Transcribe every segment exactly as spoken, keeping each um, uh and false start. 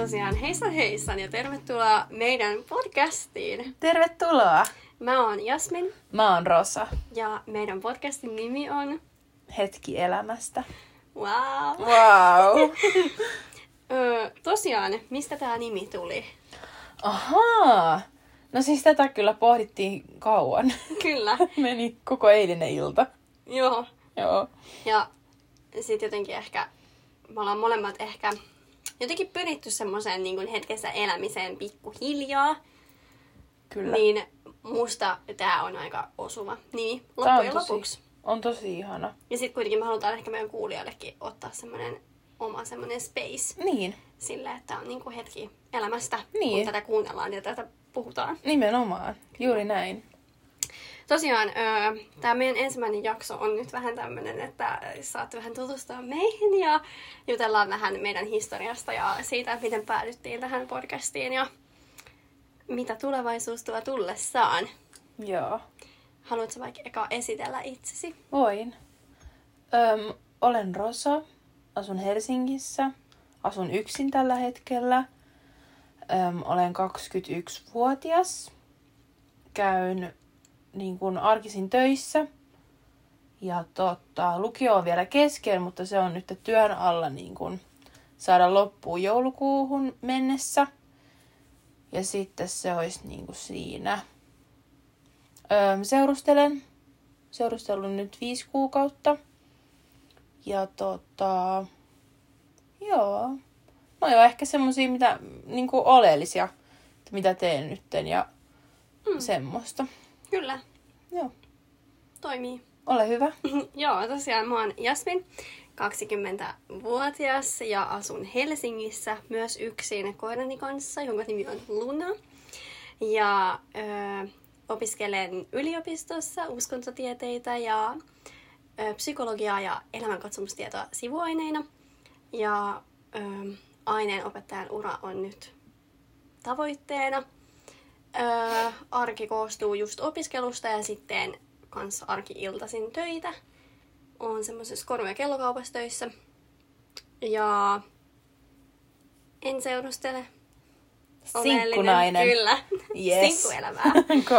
tosiaan heissan heissan ja tervetuloa meidän podcastiin. Tervetuloa. Mä oon Jasmin. Mä oon Rosa. Ja meidän podcastin nimi on... Hetki elämästä. Wow. Wow. Öö, tosiaan, mistä tää nimi tuli? Ahaa. No siis tätä kyllä pohdittiin kauan. Kyllä. Meni koko eilinen ilta. Joo. Joo. Ja sit jotenkin ehkä, me ollaan molemmat ehkä jotenkin pyritty semmoiseen niin kuin hetkessä elämiseen pikkuhiljaa. Kyllä. Niin musta tää on aika osuva nimi Tää loppujen on tosi, lopuksi. on tosi ihana. Ja sit kuitenkin me halutaan ehkä meidän kuulijoillekin ottaa semmonen oma semmonen space. Niin. Sille, että on niinku hetki elämästä, Niin. kun tätä kuunnellaan ja tätä puhutaan. Nimenomaan. Juuri näin. Tosiaan, öö, tämä meidän ensimmäinen jakso on nyt vähän tämmöinen, että saatte vähän tutustua meihin ja jutellaan vähän meidän historiasta ja siitä, että miten päädyttiin tähän podcastiin ja mitä tulevaisuus tuo tullessaan. Joo. Haluatko vaikka eka esitellä itsesi? Voin. Öm, olen Rosa. Asun Helsingissä. Asun yksin tällä hetkellä. Öm, olen kaksikymmentäyksivuotias. Käyn niin kuin arkisin töissä. Ja tota, lukio on vielä kesken, mutta se on nyt työn alla niin kuin saada loppuun joulukuuhun mennessä. Ja sitten se olisi niin kuin siinä. Öö, seurustelen. Seurustellut nyt viisi kuukautta. Ja tota... Joo. No joo, ehkä semmosia mitä, niinku oleellisia, että mitä teen nytten ja mm. semmoista. Kyllä, Joo. toimii. Ole hyvä. Joo, tosiaan mä oon Jasmin, kaksikymmentävuotias ja asun Helsingissä myös yksin koirani kanssa, jonka nimi on Luna. Ja ö, opiskelen yliopistossa uskontotieteitä ja ö, psykologiaa ja elämänkatsomustietoa sivuaineina. Ja ö, aineenopettajan ura on nyt tavoitteena. Ö, arki koostuu just opiskelusta ja sitten kans arki-iltaisin töitä. Oon semmoisessa koru- ja kellokaupassa töissä. Ja en seurustele. Sinkkunainen. Kyllä. Yes. Sinkkuelämää.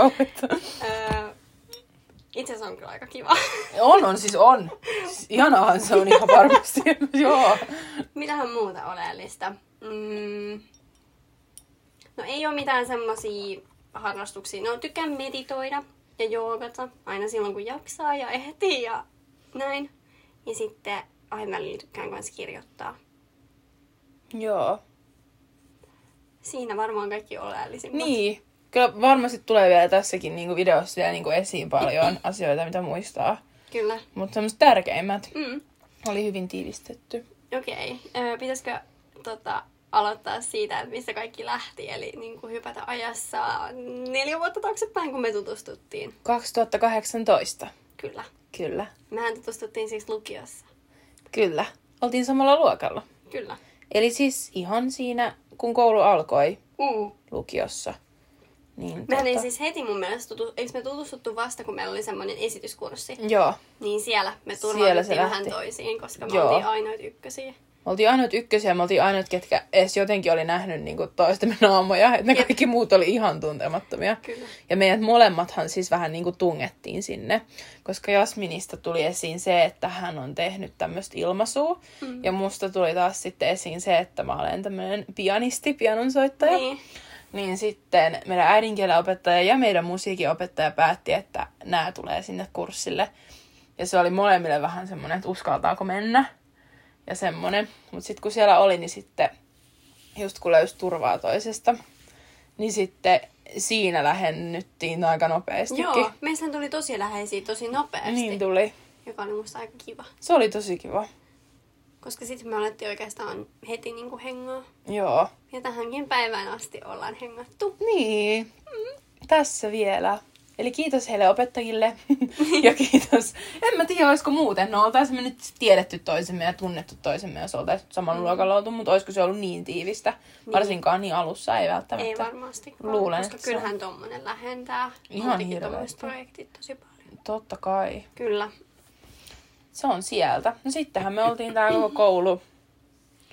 Öö, itse asiassa on kyllä aika kiva. On, on, siis on. Siis ihanahan se on ihan varmasti. Joo. Mitähän muuta oleellista? Mm. No ei ole mitään semmosia harrastuksia. No tykkään meditoida ja joogata aina silloin kun jaksaa ja ehtii ja näin. Ja sitten aina välillä tykkään myös kirjoittaa. Joo. Siinä varmaan kaikki oleellisimmat. Niin. Kyllä varmasti tulee vielä tässäkin niinku videossa vielä niinku esiin paljon asioita, mitä muistaa. Kyllä. Mutta semmoiset tärkeimmät Mm. oli hyvin tiivistetty. Okei. Okay. Pitäisikö tota, aloittaa siitä, että mistä kaikki lähti? Eli niin kuin hypätä ajassa neljä vuotta taaksepäin, kun me tutustuttiin. kaksituhattakahdeksantoista. Kyllä. Kyllä. Mehän tutustuttiin siis lukiossa. Kyllä. Oltiin samalla luokalla. Kyllä. Eli siis ihan siinä, kun koulu alkoi Mm. lukiossa. Niin, Mehän ei tota... siis heti mun mielestä, tutu... eikö me tutustuttu vasta, kun meillä oli semmoinen esityskurssi? Joo. Niin siellä me Siellä turvauduttiin se vähän lähti. toisiin, koska me Joo. oltiin ainoita ykkösiä. Me oltiin ainoat ykkösiä, me oltiin ainoat, ketkä edes jotenkin oli nähnyt niin kuin toistemme naamoja. Että ne Jep. kaikki muut oli ihan tuntemattomia. Kyllä. Ja meidät molemmathan siis vähän niin kuin tungettiin sinne. Koska Jasminista tuli esiin se, että hän on tehnyt tämmöistä ilmaisua. Mm. Ja musta tuli taas sitten esiin se, että mä olen tämmöinen pianisti, pianonsoittaja. Niin. Niin sitten meidän äidinkielenopettaja ja meidän musiikinopettaja päätti, että nämä tulee sinne kurssille. Ja se oli molemmille vähän semmoinen, että uskaltaako mennä. Ja semmoinen. Mutta sitten kun siellä oli, niin sitten just kun löysi turvaa toisesta, niin sitten siinä lähennyttiin aika nopeastikin. Joo, meistähän tuli tosi läheisiä tosi nopeasti. Niin tuli. Joka oli musta aika kiva. Se oli tosi kiva. Koska sitten me alettiin oikeastaan heti niinku hengaa. Joo. Ja tähänkin päivään asti ollaan hengattu. Niin. Mm. Tässä vielä. Eli kiitos heille opettajille. Ja kiitos. En mä tiedä, olisiko muuten. No, oltaisiin me nyt tiedetty toisemme ja tunnettu toisemme, jos oltaisiin samalla mm. luokalla oltu. Mutta olisiko se ollut niin tiivistä? Niin. Varsinkaan niin alussa ei välttämättä. Ei varmastikaan. Luulen, koska kyllähän tommonen lähentää. Ihan hirveästi. hirveästi. Projektit tosi paljon. Totta kai. Kyllä. Se on sieltä. No sittenhän me oltiin tää koko koulu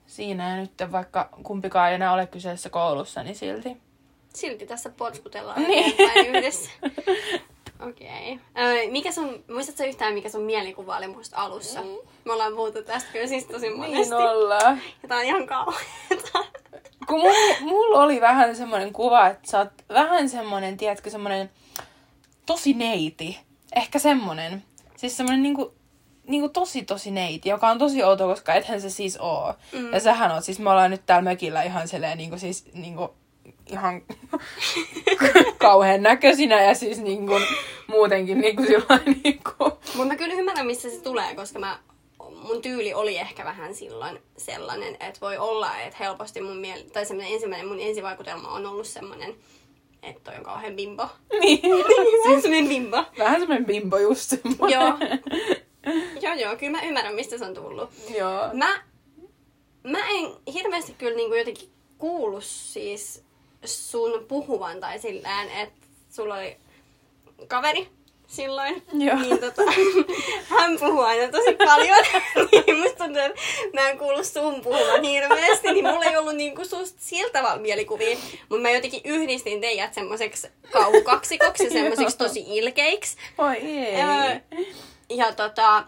siinä ja nyt vaikka kumpikaan ei enää ole kyseessä koulussa, niin silti. Silti tässä porskutellaan Niin. eteenpäin yhdessä. Okei. Okay. Mikä sun, muistatko yhtään, mikä sun mielikuva oli musta alussa? Mm. Me ollaan puhuttu tästä kyllä siis tosi monesti. Niin ollaan. Ja tää on ihan kauheeta. Kun mulla, mulla oli vähän semmoinen kuva, että sä oot vähän semmoinen, tiedätkö, semmoinen tosi neiti. Ehkä semmoinen. Siis semmoinen niinku, niinku tosi tosi neiti, joka on tosi outo, koska ethän se siis oo. Mm. Ja sähän oot, siis me ollaan nyt täällä mökillä ihan silleen niinku siis niinku ihan kauhean näköisinä ja siis niinku muutenkin niinku sillain niinku. Mutta mä kyllä ymmärrän, missä se tulee, koska mä, mun tyyli oli ehkä vähän silloin sellainen, että voi olla, että helposti mun mieli, tai semmoinen ensimmäinen mun ensivaikutelma on ollut semmoinen, että toi on kauhean bimbo. Niin. Siis semmoinen bimbo. Vähän semmoinen bimbo just semmoinen. Joo. Joo, joo, kyllä mä ymmärrän, mistä se on tullut. Joo. Mä, mä en hirveästi kyllä niinku jotenkin kuullut siis sun puhuvan tai sillään, että sulla oli kaveri silloin. Joo. Niin tota, hän puhuu aina tosi paljon. Niin musta tuntuu, että mä en kuullut sun puhuvan hirveästi, niin mulla ei ollut niinku susta siltä tavalla mielikuvia. Mutta mä jotenkin yhdistin teidät semmoiseksi kauhukaksikoksi ja semmoiseksi tosi ilkeiksi. Oi ei. Öö, ja tota...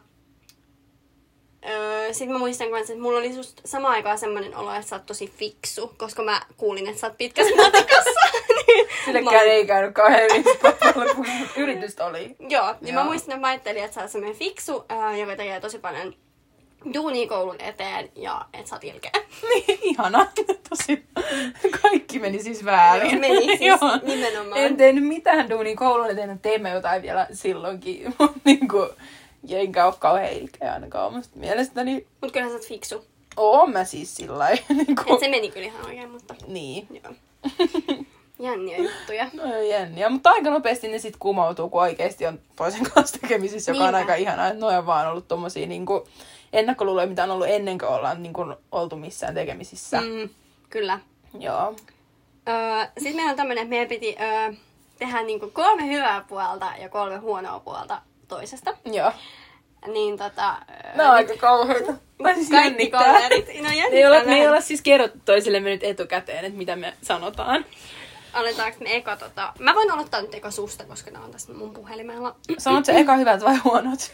Öö, Sitten mä muistan myös, että mulla oli just samaan aikaan semmoinen olo, että sä oot tosi fiksu, koska mä kuulin, että sä oot pitkässä matikassa. Sillekään ei käynyt kauhean hyvin, mutta yritystä oli. Joo, niin Joo. mä muistan, että mä ajattelin, että sä oot semmoinen fiksu, ää, joka tekee tosi paljon duunia koulun eteen ja että sä oot ilkeä. Niin, ihana. Tosi, kaikki meni siis väärin. Joo, meni siis Joo. nimenomaan. En tehnyt mitään duunia koulun eteen, teimme jotain vielä silloinkin, mutta niinku, enkä ole kauhean ilkeä ainakaan omasta mielestäni. Mut kyllähän sä oot fiksu. Oon mä siis sillai. Niinku. Et se meni kyllä ihan oikein, mutta Niin. joo. Jänniä juttuja. No jänniä, mutta aika nopeasti ne sit kumoutuu, kun oikeesti on toisen kanssa tekemisissä, joka on Niinpä. aika ihanaa. Että noi on vaan ollut tommosia niinku ennakkoluuloja, mitä on ollut ennen kuin ollaan niinku oltu missään tekemisissä. Mm, kyllä. Joo. Öö, Sitten meillä on tämmönen, että meidän piti öö, tehdä niinku kolme hyvää puolta ja kolme huonoa puolta toisesta. Joo. Niin tota... Öö, Nää on aika kauheita. Tai siis kaikki jännittää. kaverit. No Me ei, jännittää olla, me ei vähän. olla siis kerrottu toisillemme nyt etukäteen, että mitä me sanotaan. Aletaanko me eka tota... Mä voin aloittaa nyt eka susta, koska nää on tässä mun puhelimella. Sanot se eka hyvät vai huonot?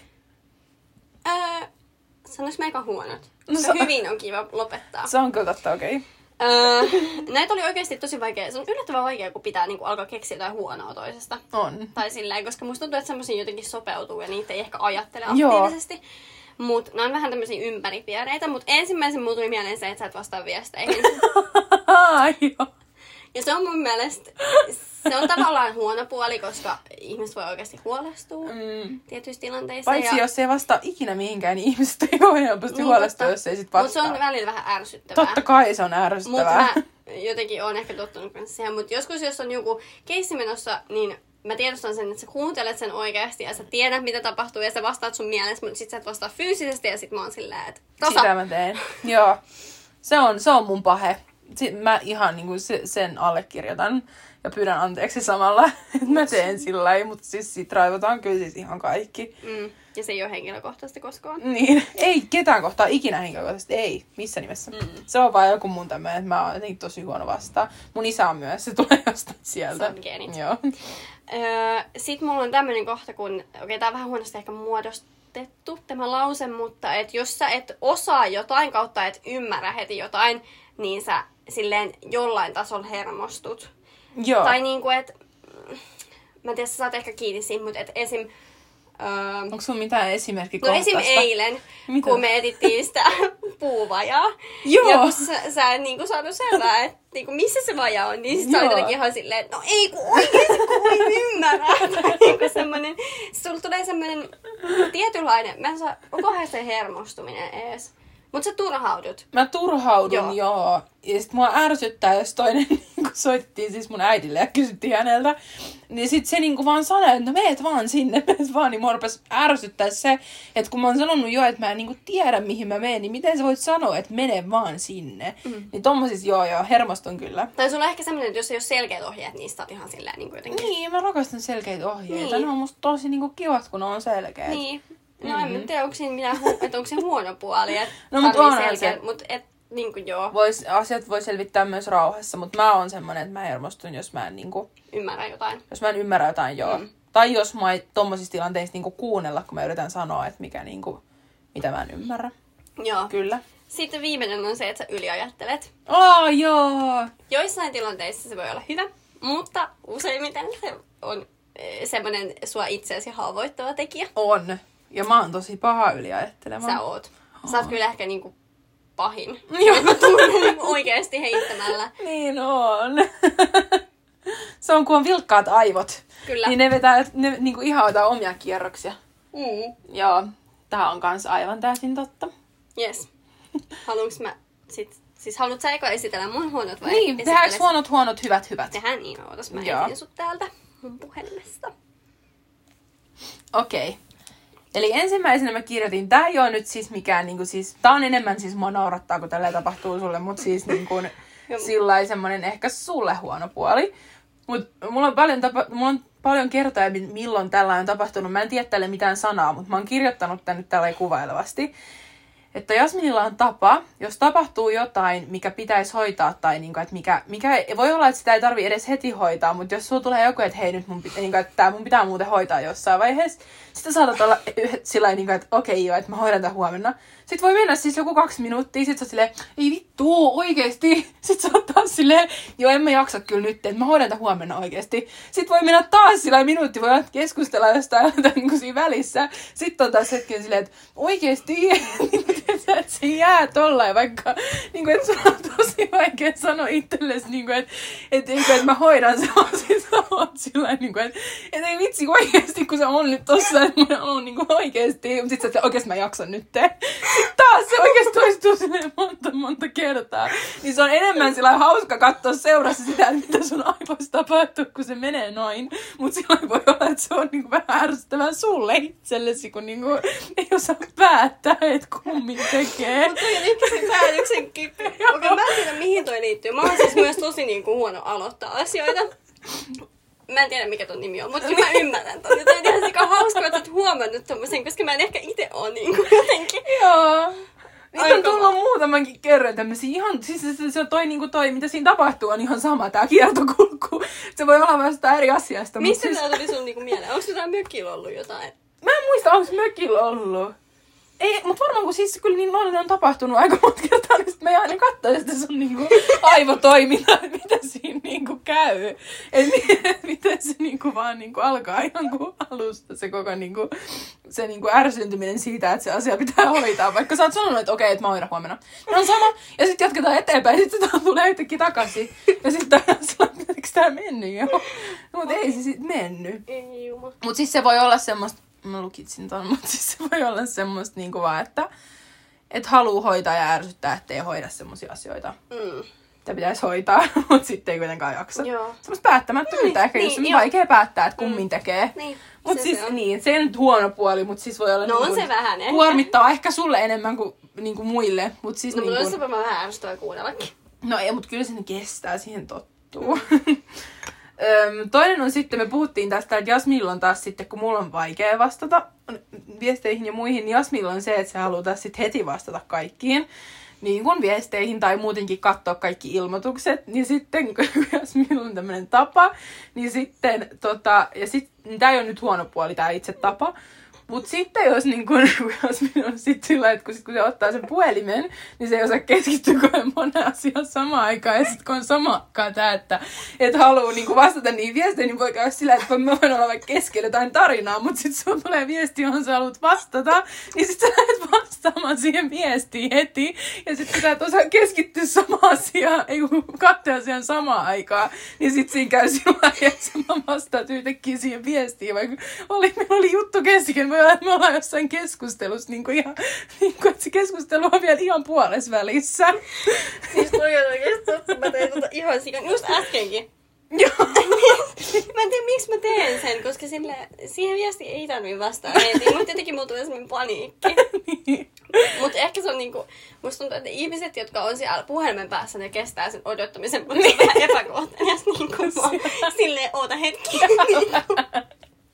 Öö, sanois mä eka huonot? No No, sa- hyvin on kiva lopettaa. Se on kyllä totta, okei. Okay. Öö, näitä oli oikeasti tosi vaikea. Se on yllättävän vaikea, kun pitää niinku alkaa keksiä jotain huonoa toisesta. On. Tai silleen, koska musta tuntuu, että semmosia jotenkin sopeutuu ja niitä ei ehkä ajattele Joo. aktiivisesti. Mut nämä on vähän tämmösiä ympäripiereitä. Mut ensimmäisen mulla tuli mieleen se, että sä et vastaa viesteihin. Joo. Ja se on mun mielestä, se on tavallaan huono puoli, koska ihmiset voi oikeasti huolestua Mm. tietyissä tilanteissa. Paitsi ja... jos ei vastaa ikinä mihinkään, niin ihmiset ei ole helposti Niin, huolestua, totta. jos ei sit Mut vastaa. se on välillä vähän ärsyttävää. Totta kai se on Mutta ärsyttävää. mä jotenkin oon ehkä tottunut kanssa siihen. Mutta joskus, jos on joku keissi menossa, niin mä tiedostan sen, että sä kuuntelet sen oikeasti ja sä tiedät, mitä tapahtuu ja sä vastaat sun mielessä, mutta sit sä et vastaa fyysisesti ja sit mä oon silleen, että tasa. Sitä mä teen. Joo. Se on, se on mun pahe. Sitten mä ihan niinku se, sen allekirjoitan ja pyydän anteeksi samalla. Mä teen sillä lailla, mutta siis sit raivotaan kyllä siis ihan kaikki. Mm. Ja se ei ole henkilökohtaisesti koskaan. Niin. Ei ketään kohtaa ikinä henkilökohtaisesti. Ei. Missä nimessä. Mm. Se on vaan joku mun tämmöinen, että mä oon jotenkin tosi huono vastaan. Mun isä on myös. Se tulee jostain sieltä. Se on geenit. Joo. Öö, Sitten mulla on tämmönen kohta, kun, okei okay, tää on vähän huonosti ehkä muodostettu tämä lause, mutta et jos sä et osaa jotain kautta et ymmärrä heti jotain, niin sä silleen jollain tasolla hermostut. Joo. Tai niinku, et mä en tiedä, sä saat ehkä kiinni siinä, mutta et esim... Öö, Onko sun mitään no esimerkkikohtasta? esim. Eilen, Mitä? kun me etittiin sitä puuvajaa. Joo. Ja kun sä, sä et niinku saanut selvää, että niinku, missä se vaja on, niin sit sä olit Joo. jotenkin ihan silleen, että no ei kun oikeesti kun ei ymmärrä. Tai niinku semmonen, sulla tulee semmonen tietynlainen, mä en saa, onkohan se hermostuminen ees. Mut sä turhaudut. Mä turhaudun, Joo. joo. joo. Ja sit mua ärsyttää, jos toinen niinku soitettiin siis mun äidille ja kysyttiin häneltä. Niin sit se niinku vaan sanoi, että no meet vaan sinne, meet vaan. Niin mua rupes ärsyttää se, että kun mä oon sanonut jo, että mä en niinku tiedä mihin mä menen, niin miten sä voit sanoa, että mene vaan sinne. Mm. Niin tommosis joo joo, hermostun kyllä. Tai sulla on ehkä semmonen, että jos ei ole selkeät ohjeet, niin sä oot ihan silleen niinku jotenkin. Niin, mä rakastan selkeitä ohjeita. Niin. Ne on musta tosi niinku kivat, kun ne on selkeät. Niin. No en mä tiedä, onko siinä mitään hu- että onko se huono puoli, että No, mut tarvii onhan selkeät, se. mut et niinku joo. Vois, asiat voi selvittää myös rauhassa, mutta mä oon semmonen, että mä hermostun, jos mä en niinku... Ymmärrä jotain. Jos mä en ymmärrä jotain, joo. Mm. Tai jos mä ei tommosissa tilanteissa niinku kuunnella, kun mä yritän sanoa, että mikä niinku, mitä mä en ymmärrä. Joo. Kyllä. Sitten viimeinen on se, että sä yliajattelet. Oh, joo! Joissain tilanteissa se voi olla hyvä, mutta useimmiten se on semmoinen sua itseäsi haavoittava tekijä. On. Ja mä oon tosi paha yliajattelemaan. Sä oot. Sä oot kyllä ehkä niinku pahin. Joo. Mä tunnen oikeesti heittämällä. Niin on. Se on, kun on vilkkaat aivot. Kyllä. Niin ne vetää, ne niinku ihan ottaa omia kierroksia. Mm. Joo. Tää on kans aivan täysin totta. Yes. Haluanko mä sit... Siis haluat sä eka esitellä mun huonot vai Niin, tehdäänkö huonot, huonot, hyvät, hyvät? Tehdään niin, ootas mä Joo. etin sut täältä mun puhelimesta. Okei. Okay. Eli ensimmäisenä mä kirjoitin, tää ei oo nyt siis mikään, niinku siis, tää on enemmän siis mua naurattaa, kun tälleen tapahtuu sulle, mut siis niinku sillai semmonen ehkä sulle huono puoli. Mut mulla on paljon, tapa, mulla on paljon kertoja, milloin tällainen on tapahtunut. Mä en tiedä tälle mitään sanaa, mutta mä oon kirjoittanut tän nyt tälleen kuvailevasti. Että Jasminilla on tapa, jos tapahtuu jotain, mikä pitäisi hoitaa, tai niinku, että mikä, mikä, voi olla, että sitä ei tarvi edes heti hoitaa, mutta jos sulla tulee joku, että hei nyt mun, niinku, että tää mun pitää muuten hoitaa jossain vaiheessa, sitten saatat olla sillä niinku, että okei joo, että mä hoidan tämän huomenna. Sitten voi mennä siis joku kaksi minuuttia, sit sä oot silleen, ei vittu, oikeesti. Sit sä oot taas silleen, joo en mä jaksa kyllä nyt, että mä hoidan tämän huomenna oikeesti. Sitten voi mennä taas sillä minuutti, voi keskustella jostain niinku siinä välissä. Sitten on taas hetken silleen, että oikeesti, että se jää tollain, vaikka niinku, että sulla on tosi vaikea sanoa itsellesi, niinku, että et, et, et mä hoidan sen, vaan sit sä oot sillä niinku, että et ei vitsi oikeesti, kun se on nyt tossa, että mä on niinku oikeesti. Sit sä oot oikeesti mä jaksan nyt. Sitten taas se oikeesti toistuu silleen monta monta kertaa. Niin se on enemmän sillä hauska katsoa seurassa sitä, mitä sun aivoissa tapahtuu, kun se menee noin. Mut silloin voi olla, että se on niinku vähän ärsyttävää sulle itsellesi, kun niinku ei osaa päättää, että kummin tekee. Mutta toi on ehkä sen päätöksen kyky. Okei, mä en tiedä mihin toi liittyy. Mä oon siis myös tosi niinku huono aloittaa asioita. Mä en tiedä mikä ton nimi on, mutta mä ymmärrän ton. Ja toi on ihan sika hauskaa, että oot huomannut tommosen, koska mä en ehkä ite oo niinku jotenkin. Joo. Niitä on tullut muutamankin kerran tämmösiä ihan, siis se, se toi, niinku toi, mitä siinä tapahtuu, on ihan sama tää kiertokulku. Se voi olla vasta eri asiasta. Mistä siis... tää tuli sun niinku mieleen? Onko tää mökillä ollut jotain? Mä en muista, onko mökillä ollut. Ei, mutta varmaan kun siis kyllä niin on, on tapahtunut aika monta kertaa, niin sit mä aina katsoin sitä sun niinku aivotoimintaa, mitä siinä niinku käy. Et miten se niinku vaan niinku alkaa ihan kuin alusta se koko niinku, se niinku ärsyntyminen siitä, että se asia pitää hoitaa. Vaikka sä oot sanonut, että okei, että mä hoidan huomenna. No on sama. Ja sit jatketaan eteenpäin, ja sit se tulee yhtäkkiä takaisin. Ja sit on sillä, että eikö tää mennyt jo? No, mut ei se sit mennyt. Ei juma. Mut siis se voi olla semmoista, mä lukitsin ton, mutta siis se voi olla semmoista niinku vaan, että et haluu hoitaa ja ärsyttää, ettei hoida semmosia asioita. Mm. Mitä pitäisi hoitaa, mutta sitten ei kuitenkaan jaksa. Joo. Semmoista päättämättömyyttä, Niin, ehkä niin, just on joo. vaikea päättää, että kummin Mm. tekee. Niin, Mutta se siis se on. niin, se ei nyt huono puoli, mutta siis voi olla No on niin se vähän ehkä. kuormittaa ehkä sulle enemmän kuin, niin kuin muille. Mut siis No niin mutta kuin... olisi varmaan vähän ärsyttävää kuunnellakin. No ei, mutta kyllä se kestää, siihen tottuu. Öm, toinen on sitten, me puhuttiin tästä, että Jasmilla on taas sitten, kun mulla on vaikea vastata viesteihin ja muihin, niin Jasmilla on se, että se haluaa taas sitten heti vastata kaikkiin. Niin kuin viesteihin tai muutenkin katsoa kaikki ilmoitukset, niin sitten kun Jasmilla on tämmöinen tapa, niin sitten tota, ja sit, niin tää ei ole nyt huono puoli, tää itse tapa, mut sitten jos niin kun, jos minä on sit sillä, että kun, sit, kun se ottaa sen puhelimen, niin se ei osaa keskittyä kovin monen asiaan samaan aikaan. Ja sit kun on sama aikaan tää, että et haluu niin vastata niihin viesteihin, niin voi käydä sillä, että mä voin olla vaikka keskellä jotain tarinaa, mutta sit sun tulee viesti, johon sä haluat vastata, niin sit sä lähdet vastaamaan siihen viestiin heti. Ja sit kun sä et osaa keskittyä samaan asiaan, ei kun kahteen asiaan samaan aikaan, niin sit siinä käy sillä, että sä vastaat yhtäkkiä siihen viestiin, vaikka oli, meillä oli juttu kesken. Että me ollaan jossain keskustelussa, niin kuin ihan, niin kuin, että se keskustelu on vielä ihan puolessa välissä. Siis toi on oikeesti totta. Mä tein tota ihan sikan. Just äskenkin. Joo. Mä en tiedä, miksi mä teen sen, koska sille, siihen viestiin ei tarvitse vastaa heti. Mutta jotenkin mulla tulee semmoinen paniikki. Niin. Mutta ehkä se on niinku, musta tuntuu, että ihmiset, jotka on siellä puhelimen päässä, ne kestää sen odottamisen, mutta se on vähän epäkohtelias. Niinku vaan silleen, oota hetki.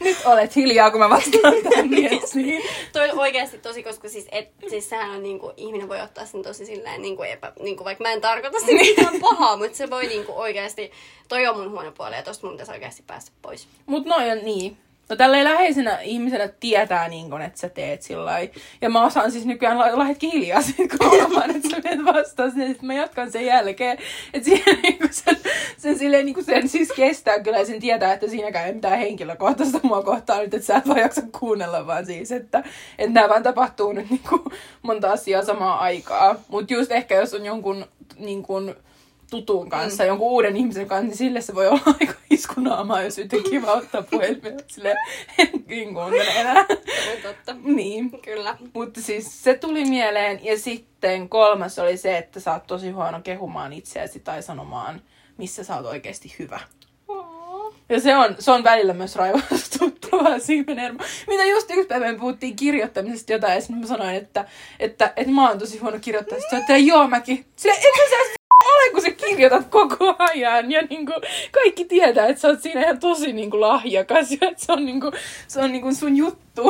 Nyt olet hiljaa, kun mä vastaan tämän viestiin. Toi on oikeasti tosi, koska siis, et, siis sehän on niinku, ihminen voi ottaa sen tosi silleen niinku epä, niinku vaikka mä en tarkoita sitä mitään pahaa, mutta se voi niinku oikeasti, toi on mun huono puoli ja tosta mun pitäisi oikeasti päästä pois. Mut noin on niin. No tälleen läheisenä ihmisenä tietää, niin kun, että sä teet sillai. Ja mä osaan siis nykyään olla hetki hiljaa sit, kun huomaan, että sä menet vastaan sen. Sitten mä jatkan sen jälkeen. Että siinä niin sen, sen, silleen, niin sen siis kestää kyllä ja sen tietää, että siinäkään ei mitään henkilökohtaista mua kohtaa nyt. Että sä et vaan jaksa kuunnella vaan siis, että, että nämä vaan tapahtuu nyt niin kuin monta asiaa samaan aikaan. Mut just ehkä jos on jonkun niin kuin, tutun kanssa, mm. jonkun uuden ihmisen kanssa, niin sille se voi olla aika iskunaamaa, jos yhtä kiva ottaa puhelimeen. Silleen, en kuuntele enää. Totta. Niin. Kyllä. Mutta siis se tuli mieleen. Ja sitten kolmas oli se, että sä oot tosi huono kehumaan itseäsi tai sanomaan, missä sä oot oikeasti hyvä. Oh. Ja se on, se on välillä myös raivostuttavaa siimenhermo. Mitä just yksi päivä me puhuttiin kirjoittamisesta jotain, ja sitten mä sanoin, että, että, että mä oon tosi huono kirjoittaa. Sitten että joo mäkin. Silleen, etkö sä ole, kun sä kirjoitat koko ajan. Ja niinku, kaikki tietää, että sä oot siinä ihan tosi niinku lahjakas. Ja että se on, niinku, se on niinku sun juttu.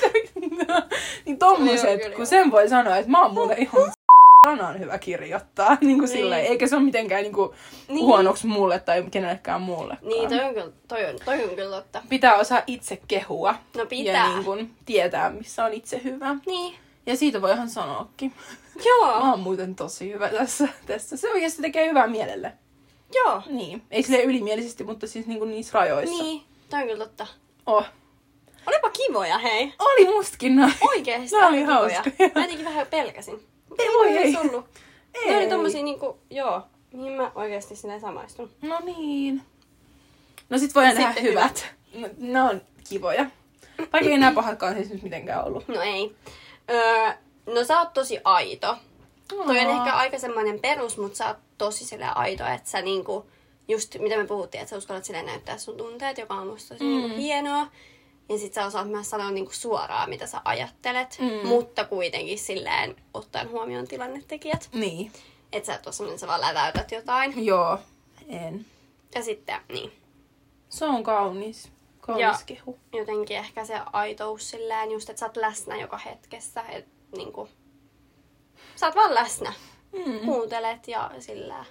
Niin tommoset, kun sen voi sanoa, että mä oon muuten ihan on hyvä kirjoittaa. Niinku niin. Silleen, eikä se ole mitenkään niinku niin. huonoksi mulle tai kenellekään muulle. Niin, toi on, kyllä, toi, on, toi on kyllä totta. Pitää osaa itse kehua. No pitää. Ja niinku tietää, missä on itse hyvä. Niin. Ja siitä voi ihan sanoakin. Joo. Mä oon muuten tosi hyvä tässä. tässä. Se oikeasti tekee hyvää mielelle. Joo. Niin. Ei silleen ylimielisesti, mutta siis niinku niissä rajoissa. Niin, toi on kyllä totta. Oh. Olipa kivoja, hei. Oli mustakin noin. Oikeesti. Nämä oli hauskoja. Mä jotenkin vähän pelkäsin. Ei voi, ei. Ollut. Ei. Ne oli tommosia niinku, joo, mihin mä oikeesti sinne samaistun. No niin. No sit voidaan tehdä hyvät. hyvät. No, ne on kivoja. Vaikka ei nää pahatkaan siis nyt mitenkään ollut. No ei. Öö, no sä oot tosi aito. Aa. Toi on ehkä aika semmoinen perus, mutta sä oot tosi silleen aito, että sä niinku, just mitä me puhuttiin, että sä uskallat silleen näyttää sun tunteet, joka on musta tosi mm. niinku hienoa. Ja sit sä osaat myös sanoa niinku suoraan, mitä sä ajattelet, mm. mutta kuitenkin silleen ottaen huomioon tilannetekijät. Niin. Et sä et oo semmonen, sä vaan läväytät jotain. Joo, en. Ja sitten, niin. Se on kaunis. Kaunis ja kehu. jotenkin ehkä se aitous silleen just, että sä oot läsnä joka hetkessä. Et niinku, sä oot vaan läsnä. Mm. Kuuntelet ja sillä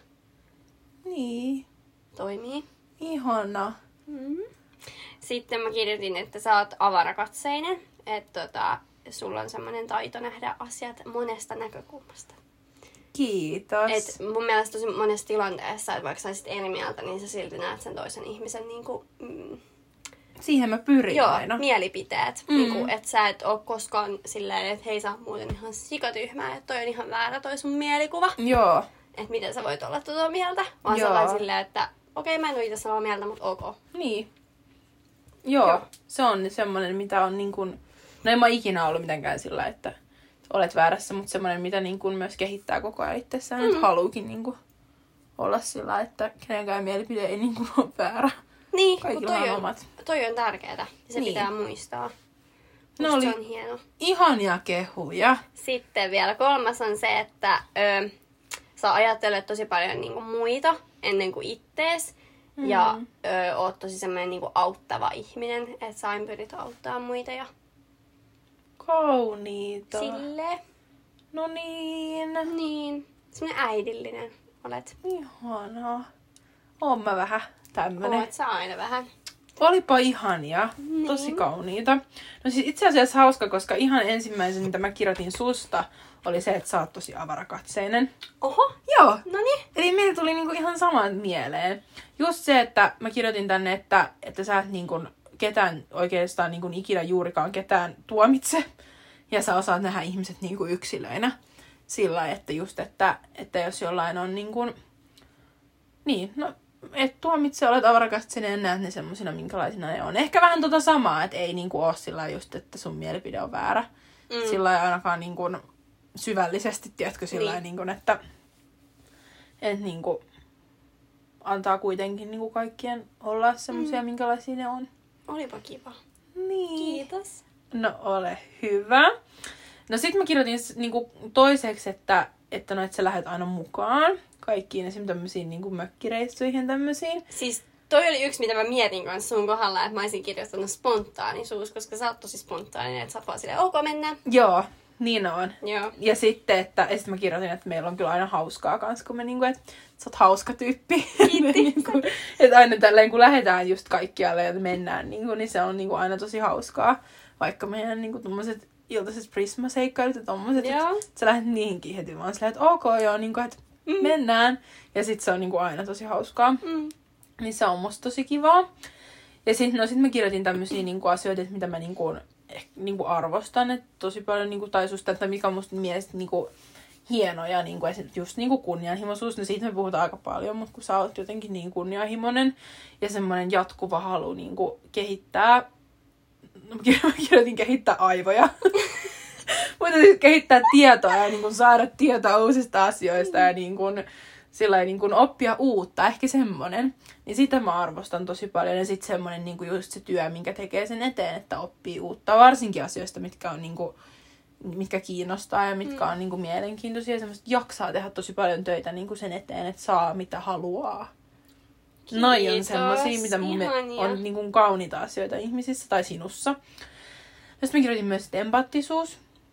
Niin. toimii. Ihana. Mm. Sitten mä kirjoitin, että sä oot avarakatseinen. Että tota, sulla on semmoinen taito nähdä asiat monesta näkökulmasta. Kiitos. Et mun mielestä tosi monessa tilanteessa, että vaikka sä olisit eri mieltä, niin sä silti näet sen toisen ihmisen niinku, mm, siihen mä pyrin joo, aina. mielipiteet. Mm. Niinku, että sä et oo koskaan silleen, että hei sä oot muuten ihan sikatyhmää, että toi on ihan väärä toi sun mielikuva. Joo. Että miten sä voit olla tuota mieltä. Vaan Joo. sä vaan silleen, että okei okay, mä en oo itse samaa mieltä, mutta ok. Niin. Joo, Joo. se on semmoinen, mitä on niin kuin, no en mä ikinä ollut mitenkään sillä, että olet väärässä, mutta semmoinen, mitä niin kuin myös kehittää koko ajan itsessään. Mm. Nyt haluukin niin kuin olla sillä, että kenenkään mielipide ei niin kuin ole väärä. Niin, kaikilla toi on on, omat. toi on tärkeetä. Se niin. pitää muistaa. Ne Musta oli se on hieno. ihania kehuja. Sitten vielä kolmas on se, että ö, sä ajattelet tosi paljon niinku muita ennen kuin ittees. Mm. Ja ö, oot tosi semmoinen niinku auttava ihminen, että sä aina pyrit auttaa muita ja Kauniita. silleen. No niin. Niin, semmoinen äidillinen olet. Ihanaa. Oon mä vähän tämmönen. Oot sä aina vähän. Olipa ihania. Niin. Tosi kauniita. No siis itse asiassa hauska, koska ihan ensimmäisen, mitä mä kirjoitin susta, oli se, että sä oot tosi avarakatseinen. Oho, Joo. no niin. Eli meillä tuli niinku ihan saman mieleen. Just se, että mä kirjoitin tänne, että, että sä et niinku ketään oikeastaan niinku ikinä juurikaan ketään tuomitse. Ja sä osaat nähdä ihmiset niinku yksilöinä. Sillä että just, että, että jos jollain on niinku, niin, no, et tuomitse, olet avarakatseinen ja näet ne semmosina, minkälaisina ne on. Ehkä vähän tota samaa, että ei niinku oo sillä just, että sun mielipide on väärä. Mm. Sillä ei ainakaan niinku syvällisesti, tiedätkö, sillä niin. Niinku, että et niinku antaa kuitenkin niinku kaikkien olla semmosia, mm. minkälaisia ne on. Olipa kiva. Niin. Kiitos. No ole hyvä. No sit mä kirjoitin niinku toiseksi, että, että no, et sä lähdet aina mukaan kaikkiin esim. Tämmösiin niinku mökkireissuihin tämmösiin. Siis toi oli yksi, mitä mä mietin kanssa sun kohdalla, että mä olisin kirjoittanut spontaanisuus, koska sä oot tosi spontaaninen, että sä oot vaan silleen, ok, mennään. Joo, niin on. Joo. Ja sitten, että ja sitten mä kirjoitin, että meillä on kyllä aina hauskaa kanssa, kun me niinku, että sä oot hauska tyyppi. niinku, että aina tälleen, kun lähdetään just kaikkialle ja mennään, niinku, niin se on niinku aina tosi hauskaa. Vaikka meidän niinku tommoset iltaiset Prisma-seikkailut ja tommoset, että sä lähdet niihinkin heti vaan silleen, että ok, joo, niinku, että mm. mennään. Ja sit se on niinku aina tosi hauskaa. Mm. Niin se on musta tosi kivaa. Ja sit, no, sit mä kirjoitin tämmösiä niinku asioita, että mitä mä niinku, eh, niinku arvostan. Että tosi paljon niinku taisusta, että mikä on musta mielestä niinku hienoja, niinku, just niinku kunnianhimoisuus. No siitä me puhutaan aika paljon, mutta kun sä oot jotenkin niin kunnianhimoinen ja semmoinen jatkuva halu niinku kehittää. No, mä kirjoitin kehittää aivoja. Mutta siis kehittää tietoa ja niinku saada tietoa uusista asioista ja niinku sillä niin kuin oppia uutta, ehkä semmonen. Niin sitä mä arvostan tosi paljon. Ja sitten semmonen niin kuin just se työ, minkä tekee sen eteen, että oppii uutta. Varsinkin asioista, mitkä on niin kuin, mitkä kiinnostaa ja mitkä on niin kuin mielenkiintoisia. Ja semmoista jaksaa tehdä tosi paljon töitä niin kuin sen eteen, että saa mitä haluaa. Kiitos. Noi on semmosia, mitä mun mielestä on niin kuin kauniita asioita ihmisissä tai sinussa. Sitten mä kirjoitin myös empaattisuus.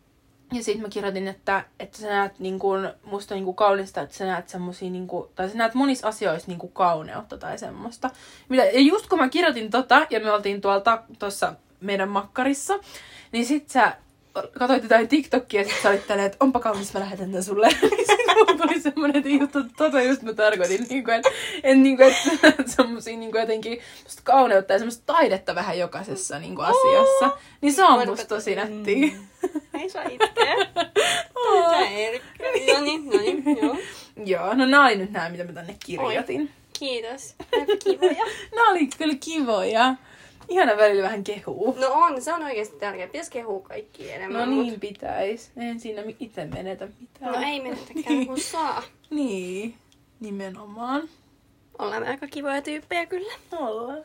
Ja sitten mä kirjoitin, että, että sä näet niin kun, musta niin kun kaunista, että sä näet semmosia, niin kun, tai sä näet monissa asioissa niin kun kauneutta tai semmoista. Mitä, ja just kun mä kirjoitin tota, ja me oltiin tuolta tuossa meidän makkarissa, niin sit sä katsoit jotain TikTokia ja sit sä olit tälleen, että onpa kaunis, mä lähetän tän sulle. Sitten mulla tuli semmonen, että juttu, tota just mä tarkoitin, niin kun, että, että, niin kun, että semmosia niin kun jotenkin kauneutta ja semmoista taidetta vähän jokaisessa niin kun asiassa. Niin se on musta tosi nättiä. Ei saa itkeä. Tää Erikka. No niin, no niin, joo. Joo, no nää oli nyt nää, mitä mä tänne kirjoitin. Oi, kiitos. Nää kivoja. Nää oli kyllä kivoja. Ihana välillä vähän kehuu. No on, se on oikeesti tärkeää. Pitäis kehuu kaikki enemmän. No niin mut pitäis. En siinä itse menetä mitään. No ei menetäkään, kun saa. Niin, nimenomaan. Ollaan me aika kivoja tyyppejä kyllä. Ollaan.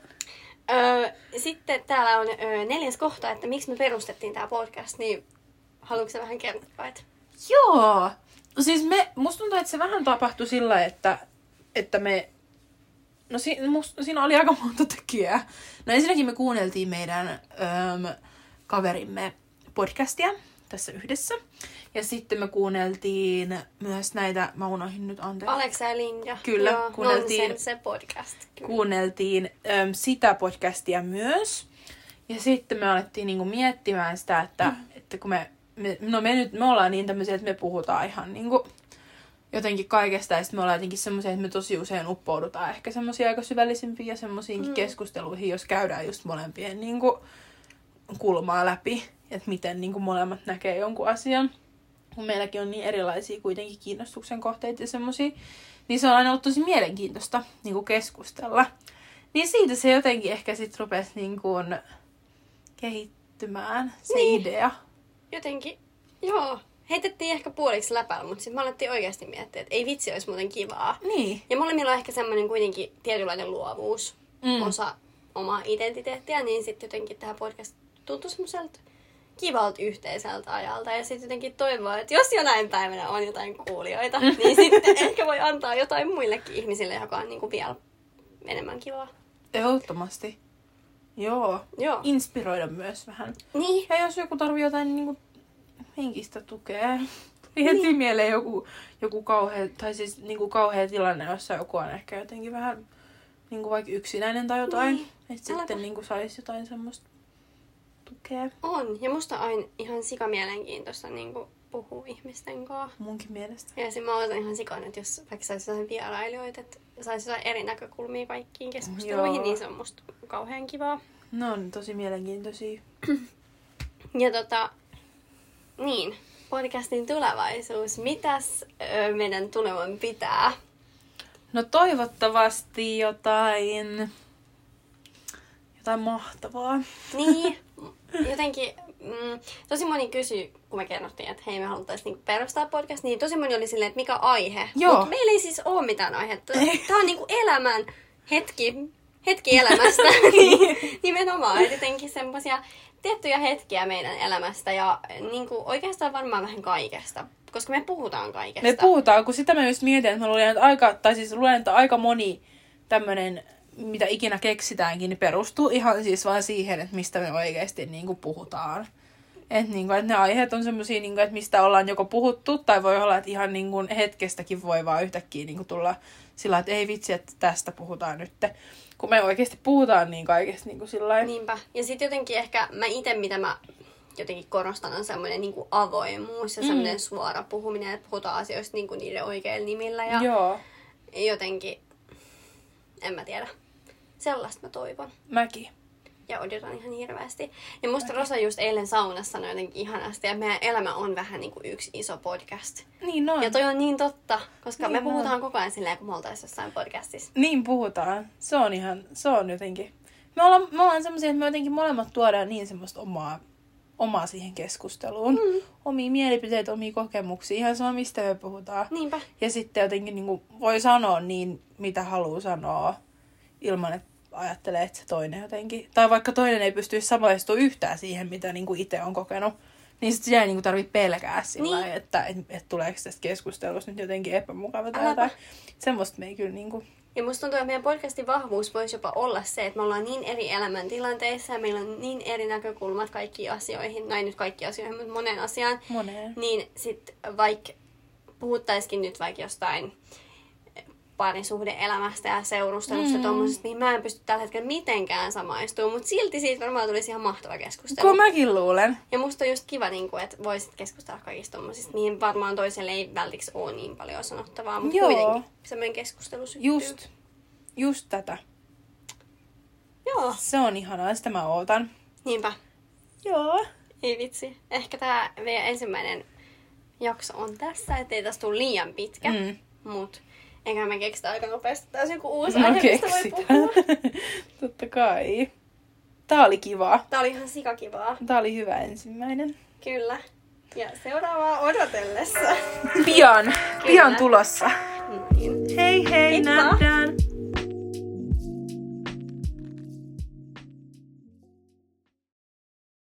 Öö, sitten täällä on öö, neljäs kohta, että miksi me perustettiin tää podcast, niin haluatko sä vähän kertoa, että? Joo! Siis me, musta tuntuu, että se vähän tapahtui sillä, että, että me, no si, musta, siinä oli aika monta tekijää. No ensinnäkin me kuunneltiin meidän öö, kaverimme podcastia tässä yhdessä. Ja sitten me kuunneltiin myös näitä, mä unohdin nyt anteeksi. Aleksa ja Linja. Kyllä, joo, kuunneltiin, se podcast. Kyllä. Kuunneltiin äm, sitä podcastia myös. Ja sitten me alettiin niinku miettimään sitä, että, mm. että kun me, me, no me nyt me ollaan niin tämmöisiä, että me puhutaan ihan niinku jotenkin kaikesta. Ja sitten me ollaan jotenkin semmoisia, että me tosi usein uppoudutaan ehkä semmoisia aika syvällisimpiä ja semmoisiinkin mm. keskusteluihin, jos käydään just molempien niinku kulmaa läpi. Että miten niinku molemmat näkee jonkun asian. Kun meilläkin on niin erilaisia kuitenkin kiinnostuksen kohteita ja semmosia, niin se on aina ollut tosi mielenkiintoista niin kuin keskustella. Niin siitä se jotenkin ehkä sit rupesi niin kuin kehittymään, se niin. idea. Jotenkin, joo. Heitettiin ehkä puoliksi läpällä, mutta sitten me alettiin oikeasti miettiä, että ei vitsi, olisi muuten kivaa. Niin. Ja molemmilla on ehkä semmoinen kuitenkin tietynlainen luovuus, mm. osa omaa identiteettiä, niin sitten jotenkin tähän podcast tuntui semmoiselta kivalta yhteiseltä ajalta. Ja sitten jotenkin toivoa, että jos jonain päivänä on jotain kuulijoita, niin sitten ehkä voi antaa jotain muillekin ihmisille, joka on niinku vielä enemmän kivaa. Ehdottomasti. Joo. Joo. Inspiroida myös vähän. Niin. Ja jos joku tarvii jotain niinku henkistä tukea. Niin heti niin. mieleen joku, joku kauhea, tai siis niinku kauhea tilanne, jossa joku on ehkä jotenkin vähän niinku vaikka yksinäinen tai jotain. Niin. Että sitten niinku saisi jotain semmoista tukea. On. Ja musta on ihan sikamielenkiintoista niinku puhua ihmisten kanssa. Munkin mielestä. Ja sitten mä oon ihan sikainen, että jos vaikka saisi jotain vierailijoita, että saisi jotain eri näkökulmia kaikkiin keskusteluihin, Joo. niin se on musta kauhean kivaa. No on tosi mielenkiintoisia. Ja tota, niin, podcastin tulevaisuus. Mitäs öö, meidän tulevan pitää? No toivottavasti jotain, jotain mahtavaa. Niin, jotenkin mm, tosi moni kysyi, kun me kerrottiin, että hei me haluttaisiin niinku perustaa podcast, niin tosi moni oli silleen, että mikä aihe. Mutta meillä ei siis ole mitään aihetta. Tämä on niinku elämän hetki, hetki elämästä. niin, nimenomaan, että jotenkin semmoisia tiettyjä hetkiä meidän elämästä ja niinku oikeastaan varmaan vähän kaikesta. Koska me puhutaan kaikesta. Me puhutaan, kun sitä mä just mietin, että mä luulen, että aika, tai siis luulen, että aika moni tämmönen mitä ikinä keksitäänkin, niin perustuu ihan siis vaan siihen, että mistä me oikeasti niin kuin puhutaan. Että niin kuin, että ne aiheet on semmosia, niin kuin, että mistä ollaan joko puhuttu, tai voi olla, että ihan niin kuin hetkestäkin voi vaan yhtäkkiä niin kuin tulla sillä, että ei vitsi, että tästä puhutaan nyt. Kun me oikeasti puhutaan niin kaikesta niin kuin sillain. Niinpä. Ja sitten jotenkin ehkä mä itse, mitä mä jotenkin korostan, on semmoinen niin kuin avoimuus ja semmoinen mm. suora puhuminen, että puhutaan asioista niin kuin niiden oikeilla nimillä. Ja Joo. jotenkin, en mä tiedä. Sellaista mä toivon. Mäkin. Ja odotan ihan hirveästi. Ja musta Rosa just eilen saunassa sanoi jotenkin ihanasti, että meidän elämä on vähän niin kuin yksi iso podcast. Niin on. Ja toi on niin totta, koska niin me puhutaan on. koko ajan silleen, kun me oltaisiin jossain podcastissa. Niin puhutaan. Se on ihan, se on jotenkin. Me ollaan, me ollaan semmoisia, että me jotenkin molemmat tuodaan niin semmoista omaa, omaa siihen keskusteluun. Mm. Omia mielipiteitä, omia kokemuksia, ihan sama mistä me puhutaan. Niinpä. Ja sitten jotenkin niin kuin voi sanoa niin, mitä haluaa sanoa, ilman että ajattelee, että se toinen jotenkin, tai vaikka toinen ei pystyisi samaistumaan yhtään siihen, mitä niin kuin itse on kokenut, niin sitten sitä ei niin tarvitse pelkää sillä niin. lailla, että et, et tuleeko tästä keskustelusta nyt jotenkin epämukava tai jotain. Semmoista me ei kyllä niin kuin... Ja musta tuntuu, että meidän podcastin vahvuus voisi jopa olla se, että me ollaan niin eri elämäntilanteissa ja meillä on niin eri näkökulmat kaikkiin asioihin, näin nyt kaikkiin asioihin, mutta moneen asiaan. Moneen. Niin sit vaikka puhuttaisikin nyt vaikka jostain parisuhde-elämästä ja seurustelusta mm. tommosesta, mihin mä en pysty tällä hetkellä mitenkään samaistumaan, mutta silti siitä varmaan tulisi ihan mahtava keskustelu. Kun mäkin luulen. Ja musta on just kiva, että voisit keskustella kaikista tommosista, mihin varmaan toiselle ei vältiksi ole niin paljon sanottavaa, mutta Joo. kuitenkin semmoinen keskustelu syttyy. Just, just tätä. Joo. Se on ihanaa, sitä mä ootan. Niinpä. Joo. Ei vitsi. Ehkä tää meidän ensimmäinen jakso on tässä, ettei tästä tule liian pitkä, Mm. mut eikä me keksitä aika nopeasti taas joku uusi No aihe, mistä voi keksitään. puhua. Totta kai. Tää oli kivaa. Tää oli ihan sikakivaa. Tää oli hyvä ensimmäinen. Kyllä. Ja seuraavaa odotellessa. Pian. Pian Kyllä. tulossa. Niin. Hei hei, Heippa. nähdään.